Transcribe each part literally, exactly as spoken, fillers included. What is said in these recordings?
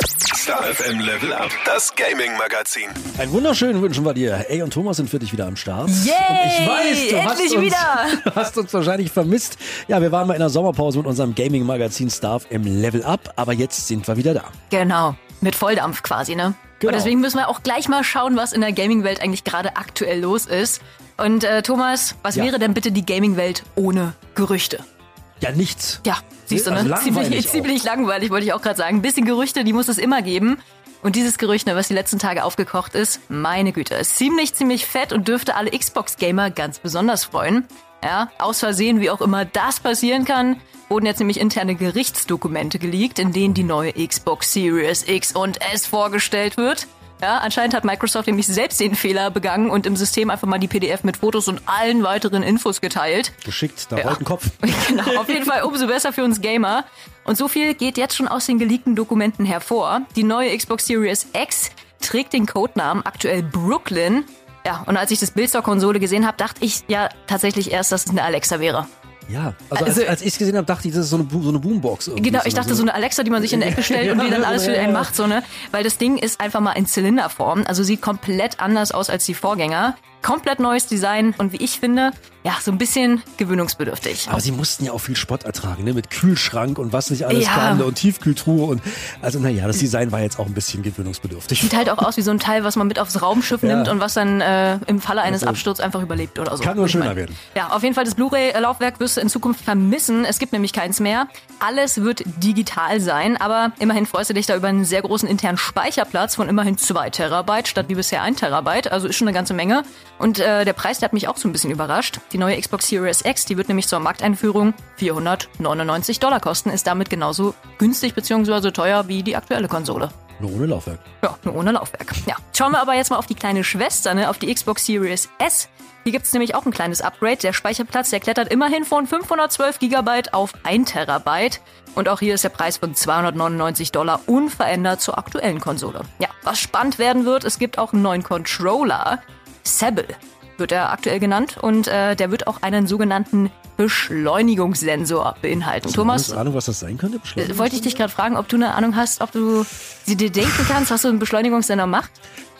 Star F M Level Up, das Gaming-Magazin. Einen wunderschönen wünschen wir dir. Ey und Thomas sind für dich wieder am Start. Yay! Und ich weiß, du hast, Endlich uns, wieder! du hast uns wahrscheinlich vermisst. Ja, wir waren mal in der Sommerpause mit unserem Gaming-Magazin Star F M Level Up, aber jetzt sind wir wieder da. Genau, mit Volldampf quasi, ne? Genau. Und deswegen müssen wir auch gleich mal schauen, was in der Gaming-Welt eigentlich gerade aktuell los ist. Und äh, Thomas, was Ja. wäre denn bitte die Gaming-Welt ohne Gerüchte? Ja, nichts. Ja, siehst du, ne? Also langweilig ziemlich, auch. ziemlich langweilig, wollte ich auch gerade sagen. Ein bisschen Gerüchte, die muss es immer geben. Und dieses Gerücht, ne, was die letzten Tage aufgekocht ist, meine Güte, ist ziemlich, ziemlich fett und dürfte alle Xbox-Gamer ganz besonders freuen. Ja, aus Versehen, wie auch immer das passieren kann, wurden jetzt nämlich interne Gerichtsdokumente geleakt, in denen die neue Xbox Series X und S vorgestellt wird. Ja, anscheinend hat Microsoft nämlich selbst den Fehler begangen und im System einfach mal die P D F mit Fotos und allen weiteren Infos geteilt. Geschickt, da Ja. rollt ein Kopf. Genau, auf jeden Fall umso besser für uns Gamer. Und so viel geht jetzt schon aus den geleakten Dokumenten hervor. Die neue Xbox Series X trägt den Codenamen aktuell Brooklyn. Ja, und als ich das Bild zur Konsole gesehen habe, dachte ich ja tatsächlich erst, dass es eine Alexa wäre. Ja, also, Also- als, als ich es gesehen habe, dachte ich, das ist so eine, Bo- so eine Boombox. irgendwie. Genau, ich dachte so eine Alexa, die man sich in der Ecke stellt und die dann alles für einen macht, so, ne? Weil das Ding ist einfach mal in Zylinderform, also sieht komplett anders aus als die Vorgänger. Komplett neues Design und wie ich finde, ja, so ein bisschen gewöhnungsbedürftig. Aber sie mussten ja auch viel Spott ertragen, ne? Mit Kühlschrank und was nicht alles Ja. kam und Tiefkühltruhe und also naja, das Design war jetzt auch ein bisschen gewöhnungsbedürftig. Sieht halt auch aus wie so ein Teil, was man mit aufs Raumschiff Ja. nimmt und was dann äh, im Falle eines Also, Absturzes einfach überlebt oder so. kann nur Ich schöner mein, werden. Ja, auf jeden Fall das Blu-ray-Laufwerk wirst du in Zukunft vermissen. Es gibt nämlich keins mehr. Alles wird digital sein, aber immerhin freust du dich da über einen sehr großen internen Speicherplatz von immerhin zwei Terabyte statt wie bisher ein Terabyte. Also ist schon eine ganze Menge. Und äh, der Preis, der hat mich auch so ein bisschen überrascht. Die neue Xbox Series X, die wird nämlich zur Markteinführung vierhundertneunundneunzig Dollar kosten, ist damit genauso günstig bzw. teuer wie die aktuelle Konsole. Nur ohne Laufwerk. Ja, nur ohne Laufwerk. Ja. Schauen wir aber jetzt mal auf die kleine Schwester, ne, auf die Xbox Series S. Hier gibt's nämlich auch ein kleines Upgrade. Der Speicherplatz, der klettert immerhin von fünfhundertzwölf Gigabyte auf ein Terabyte. Und auch hier ist der Preis von zweihundertneunundneunzig Dollar unverändert zur aktuellen Konsole. Ja, was spannend werden wird, es gibt auch einen neuen Controller. Sebel wird er aktuell genannt und äh, der wird auch einen sogenannten Beschleunigungssensor beinhalten. Thomas, Hast du Ahnung, was das sein könnte? äh, wollte ich dich gerade fragen, ob du eine Ahnung hast, ob du sie dir denken kannst, was so ein Beschleunigungssensor macht?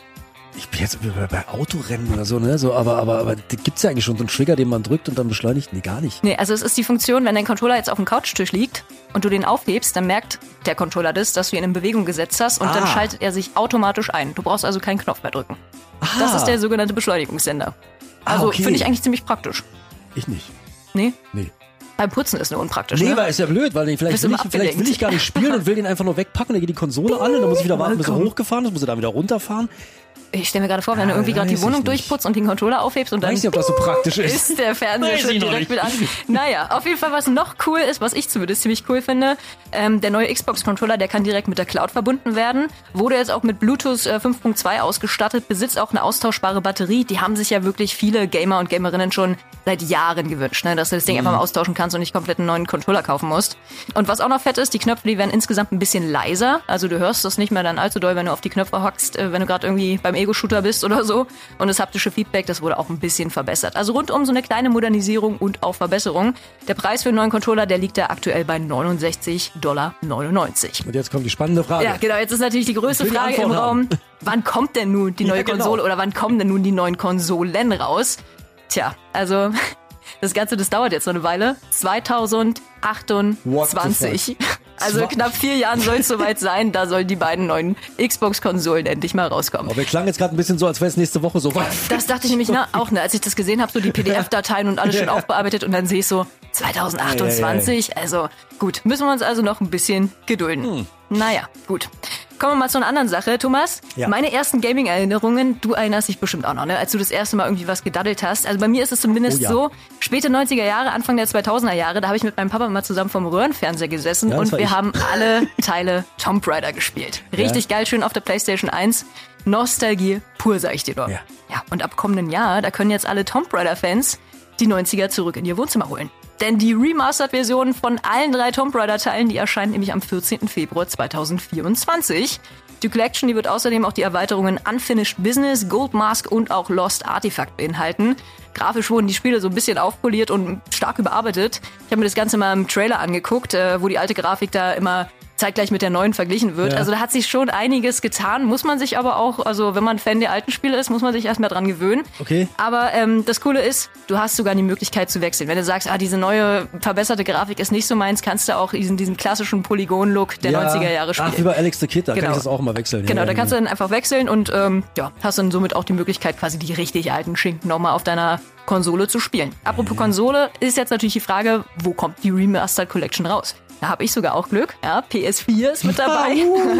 Ich bin jetzt bei, bei Autorennen oder so, ne? So, aber, aber, aber gibt's ja eigentlich schon so einen Trigger, den man drückt und dann beschleunigt? Nee, gar nicht. Nee, also es ist die Funktion, wenn dein Controller jetzt auf dem Couchtisch liegt und du den aufhebst, dann merkt der Controller das, dass du ihn in Bewegung gesetzt hast und Ah. dann schaltet er sich automatisch ein. Du brauchst also keinen Knopf mehr drücken. Das ist der sogenannte Beschleunigungssender. Also Ah, okay. finde ich eigentlich ziemlich praktisch. Ich nicht. Nee? Nee. Beim Putzen ist nur unpraktisch, Nee, ne? weil ist ja blöd, weil ich, vielleicht, Bist du will immer ich, vielleicht will abgelenkt. ich gar nicht spielen und will den einfach nur wegpacken, dann geht die Konsole an und dann muss ich wieder warten, bis er Vollkommen. hochgefahren ist, muss er dann wieder runterfahren. Ich stelle mir gerade vor, wenn du Ah, irgendwie gerade die weiß Wohnung ich nicht. durchputzt und den Controller aufhebst und dann Weiß nicht, ob das so praktisch ist. ist der Fernseher Weiß schon ich noch direkt nicht. mit an. Naja, auf jeden Fall, was noch cool ist, was ich zumindest ziemlich cool finde, ähm, der neue Xbox-Controller, der kann direkt mit der Cloud verbunden werden, wurde jetzt auch mit Bluetooth äh, fünf Punkt zwei ausgestattet, besitzt auch eine austauschbare Batterie. Die haben sich ja wirklich viele Gamer und Gamerinnen schon seit Jahren gewünscht, ne, dass du das Ding einfach mal austauschen kannst und nicht komplett einen neuen Controller kaufen musst. Und was auch noch fett ist, die Knöpfe, die werden insgesamt ein bisschen leiser, also du hörst das nicht mehr dann allzu doll, wenn du auf die Knöpfe hockst, äh, wenn du gerade irgendwie beim Ego-Shooter bist oder so. Und das haptische Feedback, das wurde auch ein bisschen verbessert. Also rundum so eine kleine Modernisierung und auch Verbesserung. Der Preis für einen neuen Controller, der liegt da aktuell bei neunundsechzig Komma neunundneunzig Dollar. Und jetzt kommt die spannende Frage. Ja, genau. Jetzt ist natürlich die größte Ich will die Frage im Antwort Raum. Wann kommt denn nun die Ja, neue genau. Konsole oder wann kommen denn nun die neuen Konsolen raus? Tja, also das Ganze, das dauert jetzt noch eine Weile. zweitausendachtundzwanzig. Also Zwei- knapp vier Jahren soll es soweit sein. Da sollen die beiden neuen Xbox-Konsolen endlich mal rauskommen. Aber wir klangen jetzt gerade ein bisschen so, als wäre es nächste Woche so weit. Das dachte ich nämlich ne, auch, ne, als ich das gesehen habe, so die P D F-Dateien und alles schon aufbearbeitet und dann sehe ich so zweitausendachtundzwanzig. Also gut, müssen wir uns also noch ein bisschen gedulden. Hm. Naja, gut. Kommen wir mal zu einer anderen Sache, Thomas. Ja. Meine ersten Gaming-Erinnerungen, du erinnerst dich bestimmt auch noch, ne? Als du das erste Mal irgendwie was gedaddelt hast. Also bei mir ist es zumindest Oh ja. so, späte neunziger Jahre, Anfang der zweitausender Jahre, da habe ich mit meinem Papa mal zusammen vom Röhrenfernseher gesessen Ja, das und war wir ich. haben alle Teile Tomb Raider gespielt. Richtig geil, schön auf der PlayStation eins. Nostalgie pur, sag ich dir doch. Ja. Ja, und ab kommenden Jahr, da können jetzt alle Tomb Raider-Fans die neunziger zurück in ihr Wohnzimmer holen. Denn die Remastered-Version von allen drei Tomb Raider-Teilen, die erscheint nämlich am vierzehnten Februar zweitausendvierundzwanzig. Die Collection, die wird außerdem auch die Erweiterungen Unfinished Business, Gold Mask und auch Lost Artifact beinhalten. Grafisch wurden die Spiele so ein bisschen aufpoliert und stark überarbeitet. Ich habe mir das Ganze mal im Trailer angeguckt, äh, wo die alte Grafik da immer zeitgleich mit der neuen verglichen wird. Ja. Also da hat sich schon einiges getan, muss man sich aber auch, also wenn man Fan der alten Spiele ist, muss man sich erstmal dran gewöhnen. Okay. Aber ähm, das Coole ist, du hast sogar die Möglichkeit zu wechseln. Wenn du sagst, ah, diese neue verbesserte Grafik ist nicht so meins, kannst du auch diesen, diesen klassischen Polygon-Look der ja. neunziger Jahre spielen. Ach, wie bei Alex the Kid, da Genau. kann ich das auch mal wechseln. Genau, ja, da kannst du dann einfach wechseln und ähm, ja, hast dann somit auch die Möglichkeit, quasi die richtig alten Schinken nochmal auf deiner Konsole zu spielen. Apropos Mhm. Konsole, ist jetzt natürlich die Frage, wo kommt die Remastered Collection raus? Da habe ich sogar auch Glück. Ja, P S vier ist mit dabei.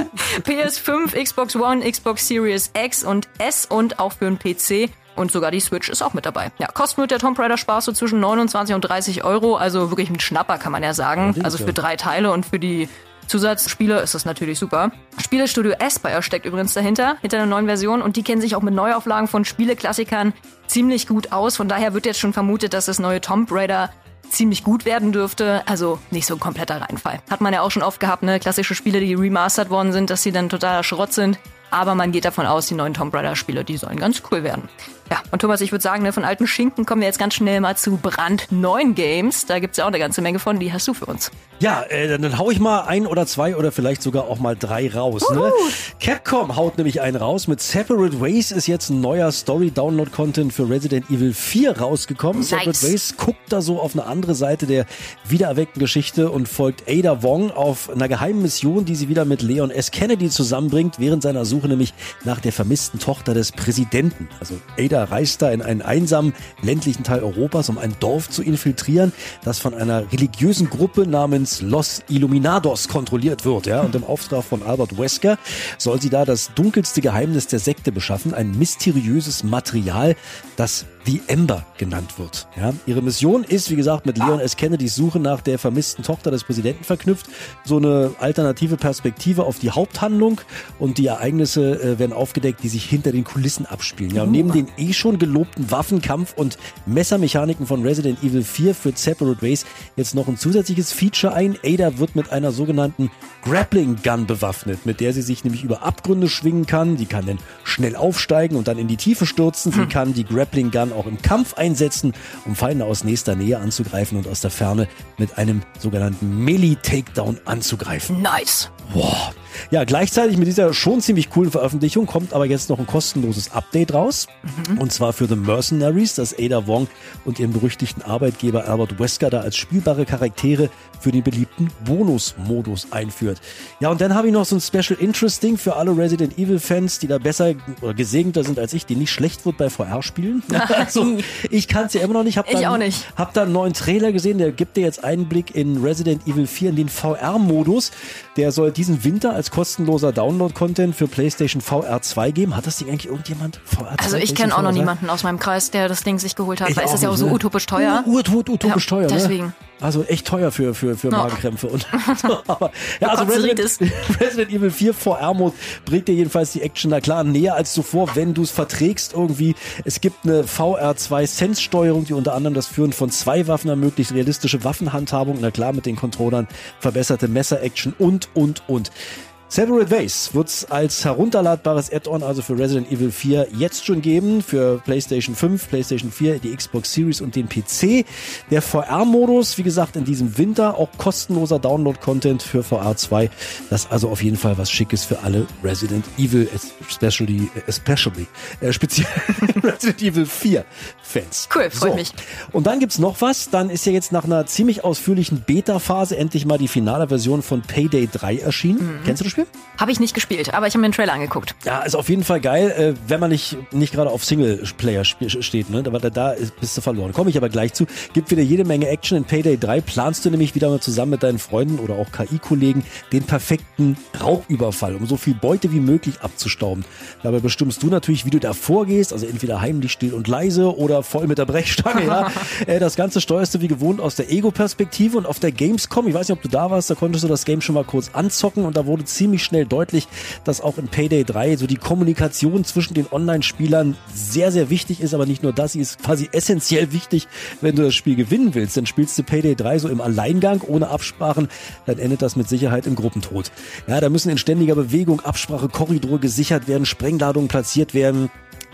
P S fünf, Xbox One, Xbox Series X und S und auch für den P C. Und sogar die Switch ist auch mit dabei. Ja, kosten wird der Tomb Raider Spaß so zwischen neunundzwanzig und dreißig Euro. Also wirklich ein Schnapper, kann man ja sagen. Ja, also für ja. drei Teile und für die Zusatzspiele ist das natürlich super. Spielestudio Aspyr steckt übrigens dahinter, hinter der neuen Version. Und die kennen sich auch mit Neuauflagen von Spieleklassikern ziemlich gut aus. Von daher wird jetzt schon vermutet, dass das neue Tomb Raider ziemlich gut werden dürfte, also nicht so ein kompletter Reinfall. Hat man ja auch schon oft gehabt, ne? Klassische Spiele, die remastert worden sind, dass sie dann totaler Schrott sind. Aber man geht davon aus, die neuen Tomb Raider-Spiele, die sollen ganz cool werden. Ja, und Thomas, ich würde sagen, ne, von alten Schinken kommen wir jetzt ganz schnell mal zu brandneuen Games. Da gibt's ja auch eine ganze Menge von, die hast du für uns. Ja, äh, dann, dann hau ich mal ein oder zwei oder vielleicht sogar auch mal drei raus. Ne? Capcom haut nämlich einen raus. Mit Separate Ways ist jetzt ein neuer Story-Download-Content für Resident Evil vier rausgekommen. Nice. Separate Ways guckt da so auf eine andere Seite der wiedererweckten Geschichte und folgt Ada Wong auf einer geheimen Mission, die sie wieder mit Leon S. Kennedy zusammenbringt, während seiner Suche nämlich nach der vermissten Tochter des Präsidenten. Also Ada reist da in einen einsamen ländlichen Teil Europas, um ein Dorf zu infiltrieren, das von einer religiösen Gruppe namens Los Illuminados kontrolliert wird. Ja? Und im Auftrag von Albert Wesker soll sie da das dunkelste Geheimnis der Sekte beschaffen, ein mysteriöses Material, das The Ember genannt wird. Ja? Ihre Mission ist, wie gesagt, mit Leon S. Kennedys Suche nach der vermissten Tochter des Präsidenten verknüpft. So eine alternative Perspektive auf die Haupthandlung und die Ereignisse äh, werden aufgedeckt, die sich hinter den Kulissen abspielen. Ja? Und neben den eh schon gelobten Waffenkampf- und Messermechaniken von Resident Evil vier führt Separate Ways jetzt noch ein zusätzliches Feature ein. Ada wird mit einer sogenannten Grappling Gun bewaffnet, mit der sie sich nämlich über Abgründe schwingen kann. Die kann dann schnell aufsteigen und dann in die Tiefe stürzen. Sie kann die Grappling Gun auch im Kampf einsetzen, um Feinde aus nächster Nähe anzugreifen und aus der Ferne mit einem sogenannten Melee-Takedown anzugreifen. Nice. Wow. Ja, gleichzeitig mit dieser schon ziemlich coolen Veröffentlichung kommt aber jetzt noch ein kostenloses Update raus. Mhm. Und zwar für The Mercenaries, das Ada Wong und ihren berüchtigten Arbeitgeber Albert Wesker da als spielbare Charaktere für den beliebten Bonus-Modus einführt. Ja, und dann habe ich noch so ein Special Interesting für alle Resident Evil-Fans, die da besser oder gesegneter sind als ich, die nicht schlecht wird bei V R-Spielen. Also, ich kann es ja immer noch nicht. Hab ich dann, auch nicht. Hab da einen neuen Trailer gesehen, der gibt dir jetzt Einblick in Resident Evil vier, in den V R-Modus. Der soll diesen Winter als kostenloser Download-Content für PlayStation V R zwei geben. Hat das Ding eigentlich irgendjemand? V R zwei, also ich kenne auch noch niemanden aus meinem Kreis, der das Ding sich geholt hat, ich weil es ist ja auch nicht, so ne? utopisch teuer. Ur, ur, ur, utopisch Ja, teuer, deswegen. ne? Also echt teuer für, für, für No. Magenkrämpfe. Und, aber, ja, also Kotzeritis. Resident, Resident Evil vier V R-Mode bringt dir jedenfalls die Action, na klar, näher als zuvor, wenn du es verträgst irgendwie. Es gibt eine V R zwei Sense-Steuerung, die unter anderem das Führen von zwei Waffen ermöglicht, realistische Waffenhandhabung, na klar, mit den Controllern, verbesserte Messer-Action und, und, und. Separate Ways wird es als herunterladbares Add-on also für Resident Evil vier jetzt schon geben, für PlayStation fünf, PlayStation vier, die Xbox Series und den P C. Der V R-Modus, wie gesagt, in diesem Winter auch kostenloser Download-Content für V R zwei. Das ist also auf jeden Fall was Schickes für alle Resident Evil, especially, especially, äh, speziell Resident Evil vier Fans. Cool, freut so. mich. Und dann gibt's noch was, dann ist ja jetzt nach einer ziemlich ausführlichen Beta-Phase endlich mal die finale Version von Payday drei erschienen. Mhm. Kennst du das Spiel? Habe ich nicht gespielt, aber ich habe mir den Trailer angeguckt. Ja, ist auf jeden Fall geil, äh, wenn man nicht nicht gerade auf Singleplayer sp- steht, ne? Da, da ist, bist du verloren. Komme ich aber gleich zu. Gibt wieder jede Menge Action in Payday drei. Planst du nämlich wieder mal zusammen mit deinen Freunden oder auch K I-Kollegen den perfekten Raubüberfall, um so viel Beute wie möglich abzustauben. Dabei bestimmst du natürlich, wie du da vorgehst, also entweder heimlich, still und leise oder voll mit der Brechstange. Ja? äh, das Ganze steuerst du wie gewohnt aus der Ego-Perspektive und auf der Gamescom, ich weiß nicht, ob du da warst, da konntest du das Game schon mal kurz anzocken und da wurde ziemlich schnell deutlich, dass auch in Payday drei so die Kommunikation zwischen den Online-Spielern sehr, sehr wichtig ist, aber nicht nur das, sie ist quasi essentiell wichtig, wenn du das Spiel gewinnen willst. Dann spielst du Payday drei so im Alleingang, ohne Absprachen, dann endet das mit Sicherheit im Gruppentod. Ja, da müssen in ständiger Bewegung Absprache, Korridore gesichert werden, Sprengladungen platziert werden.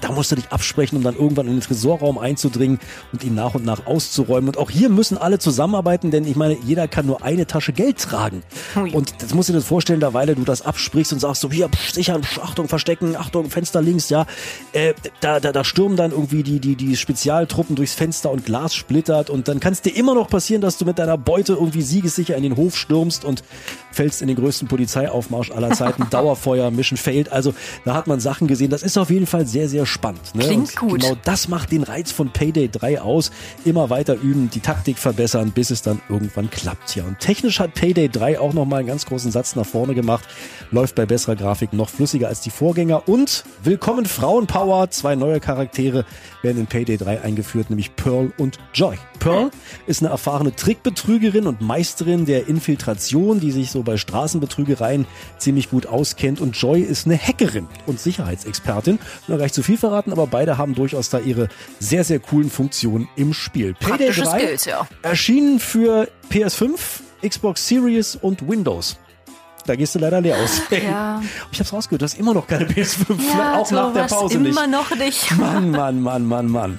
da musst du dich absprechen, um dann irgendwann in den Tresorraum einzudringen und ihn nach und nach auszuräumen. Und auch hier müssen alle zusammenarbeiten, denn ich meine, jeder kann nur eine Tasche Geld tragen. Und das musst du dir vorstellen, da weil du das absprichst und sagst so, hier, pff, sichern, pff, Achtung, verstecken, Achtung, Fenster links, ja. Äh, da, da, da stürmen dann irgendwie die, die, die Spezialtruppen durchs Fenster und Glas splittert und dann kann es dir immer noch passieren, dass du mit deiner Beute irgendwie siegessicher in den Hof stürmst und fällst in den größten Polizeiaufmarsch aller Zeiten. Dauerfeuer, Mission failed. Also da hat man Sachen gesehen. Das ist auf jeden Fall sehr, sehr spannend. Ne? Klingt und gut. Genau das macht den Reiz von Payday drei aus. Immer weiter üben, die Taktik verbessern, bis es dann irgendwann klappt. Ja, und technisch hat Payday drei auch nochmal einen ganz großen Satz nach vorne gemacht. Läuft bei besserer Grafik noch flüssiger als die Vorgänger. Und willkommen Frauenpower. Zwei neue Charaktere werden in Payday drei eingeführt, nämlich Pearl und Joy. Pearl ist eine erfahrene Trickbetrügerin und Meisterin der Infiltration, die sich so bei Straßenbetrügereien ziemlich gut auskennt. Und Joy ist eine Hackerin und Sicherheitsexpertin. Noch gar nicht zu viel verraten, aber beide haben durchaus da ihre sehr, sehr coolen Funktionen im Spiel. Payday Praktische drei Skills, ja. erschienen für P S fünf, Xbox Series und Windows. Da gehst du leider leer aus. Ja. Ich hab's rausgehört, du hast immer noch keine P S fünf, Ja, auch nach der Thomas, Pause nicht. immer noch nicht. Mann, Mann, Mann, Mann, Mann.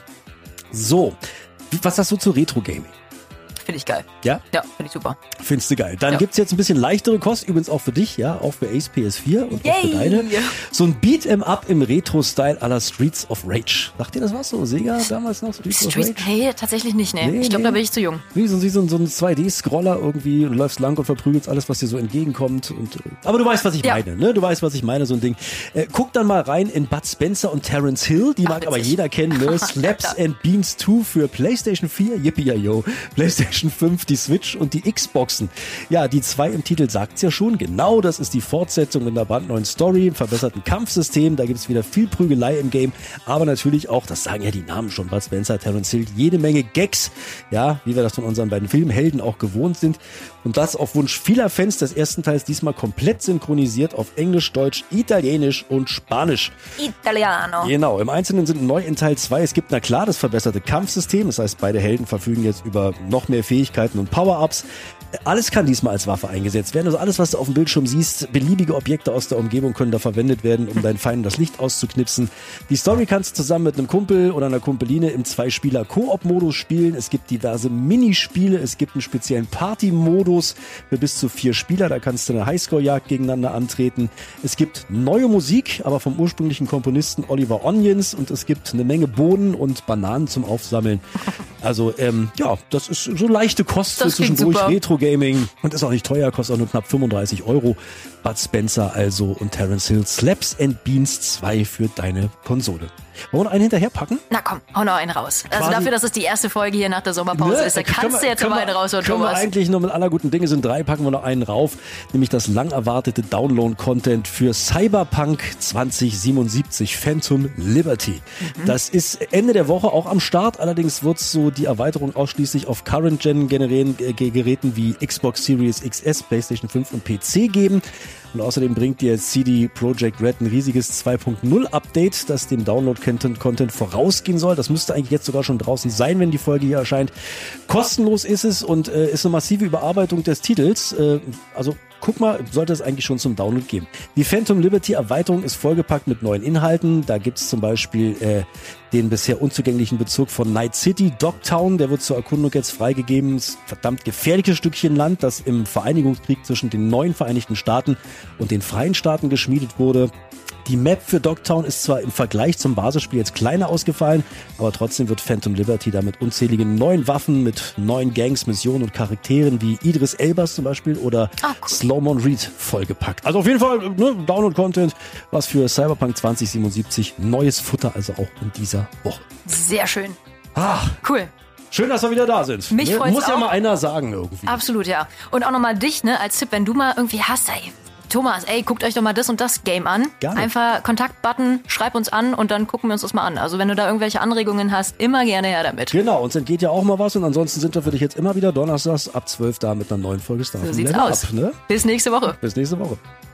So, was sagst du zu Retro-Gaming? Finde ich geil. Ja? Ja, finde ich super. Findest du geil. Dann Ja. gibt's jetzt ein bisschen leichtere Kost, übrigens auch für dich, ja, auch für Ace P S vier und auch für Yay. deine. So ein Beat'em-up im Retro-Style à la Streets of Rage. Sagt dir das was so? Sega damals noch? Streets of Street, Rage? nee, tatsächlich nicht, nee. Nee, ich glaube, nee. da bin ich zu jung. Wie so, wie so, ein- so ein zwei D-Scroller irgendwie, du läufst lang und verprügelst alles, was dir so entgegenkommt. Und, äh, aber du weißt, was ich Ja. meine, ne? Du weißt, was ich meine, so ein Ding. Äh, guck dann mal rein in Bud Spencer und Terence Hill, die Ach, mag aber witzig. jeder kennen, ne? Slaps klar. and Beans zwei für PlayStation vier, yippie-yo, PlayStation fünf, die Switch und die Xboxen. Ja, die zwei im Titel sagt's ja schon, genau, das ist die Fortsetzung mit einer brandneuen Story, einem verbesserten Kampfsystem, da gibt's wieder viel Prügelei im Game, aber natürlich auch, das sagen ja die Namen schon, Bud Spencer, Terence Hill, jede Menge Gags, ja, wie wir das von unseren beiden Filmhelden auch gewohnt sind. Und das auf Wunsch vieler Fans des ersten Teils diesmal komplett synchronisiert auf Englisch, Deutsch, Italienisch und Spanisch. Italiano. Genau, im Einzelnen sind neu in Teil zwei. Es gibt na klar das verbesserte Kampfsystem. Das heißt, beide Helden verfügen jetzt über noch mehr Fähigkeiten und Power-Ups. Alles kann diesmal als Waffe eingesetzt werden. Also alles, was du auf dem Bildschirm siehst, beliebige Objekte aus der Umgebung können da verwendet werden, um deinen Feinden das Licht auszuknipsen. Die Story kannst du zusammen mit einem Kumpel oder einer Kumpeline im Zwei-Spieler-Koop-Modus spielen. Es gibt diverse Minispiele. Es gibt einen speziellen Party-Modus für bis zu vier Spieler. Da kannst du eine Highscore-Jagd gegeneinander antreten. Es gibt neue Musik, aber vom ursprünglichen Komponisten Oliver Onions. Und es gibt eine Menge Bohnen und Bananen zum Aufsammeln. Also, ähm, ja, das ist so leichte Kost für Das klingt zwischendurch. super. Retro-Gaming und ist auch nicht teuer, kostet auch nur knapp fünfunddreißig Euro. Bud Spencer also und Terence Hill, Slaps and Beans zwei für deine Konsole. Wollen wir noch einen hinterherpacken? Na komm, hau noch einen raus. Also Quasi- dafür, dass es die erste Folge hier nach der Sommerpause ist, da Können kannst wir- du jetzt können aber wir- einen raushauen, können wir Thomas. eigentlich nur mit aller guten Dinge sind drei, packen wir noch einen rauf, nämlich das lang erwartete Download-Content für Cyberpunk zwanzig siebenundsiebzig Phantom Liberty. Mhm. Das ist Ende der Woche auch am Start, allerdings wird es so die Erweiterung ausschließlich auf Current-Gen-Geräten wie Xbox Series X S, PlayStation fünf und P C geben. Und außerdem bringt dir C D Projekt Red ein riesiges zwei Punkt null Update, das dem Download-Content vorausgehen soll. Das müsste eigentlich jetzt sogar schon draußen sein, wenn die Folge hier erscheint. Kostenlos ist es und äh, ist eine massive Überarbeitung des Titels. Äh, also guck mal, sollte es eigentlich schon zum Download geben. Die Phantom Liberty Erweiterung ist vollgepackt mit neuen Inhalten. Da gibt's zum Beispiel äh, den bisher unzugänglichen Bezug von Night City, Dogtown, der wird zur Erkundung jetzt freigegeben. Das ist ein verdammt gefährliches Stückchen Land, das im Vereinigungskrieg zwischen den neuen Vereinigten Staaten und den Freien Staaten geschmiedet wurde. Die Map für Dogtown ist zwar im Vergleich zum Basisspiel jetzt kleiner ausgefallen, aber trotzdem wird Phantom Liberty damit unzähligen neuen Waffen mit neuen Gangs, Missionen und Charakteren wie Idris Elbas zum Beispiel oder Ah, cool. Slowmon Reed vollgepackt. Also auf jeden Fall ne, Download-Content, was für Cyberpunk zwanzig siebenundsiebzig neues Futter, also auch in dieser Woche. Sehr schön. Ah, Cool. schön, dass wir wieder da sind. Mich ne? freut's Muss ja auch. mal einer sagen irgendwie. Absolut, ja. Und auch nochmal dich, ne, als Tipp, wenn du mal irgendwie hast, ey, Thomas, ey, guckt euch doch mal das und das Game an. Gerne. Einfach Kontaktbutton, schreib uns an und dann gucken wir uns das mal an. Also wenn du da irgendwelche Anregungen hast, immer gerne her damit. Genau, uns entgeht ja auch mal was und ansonsten sind wir für dich jetzt immer wieder donnerstags ab zwölf da mit einer neuen Folge Star So von sieht's Level aus. Up, ne? Bis nächste Woche. Bis nächste Woche.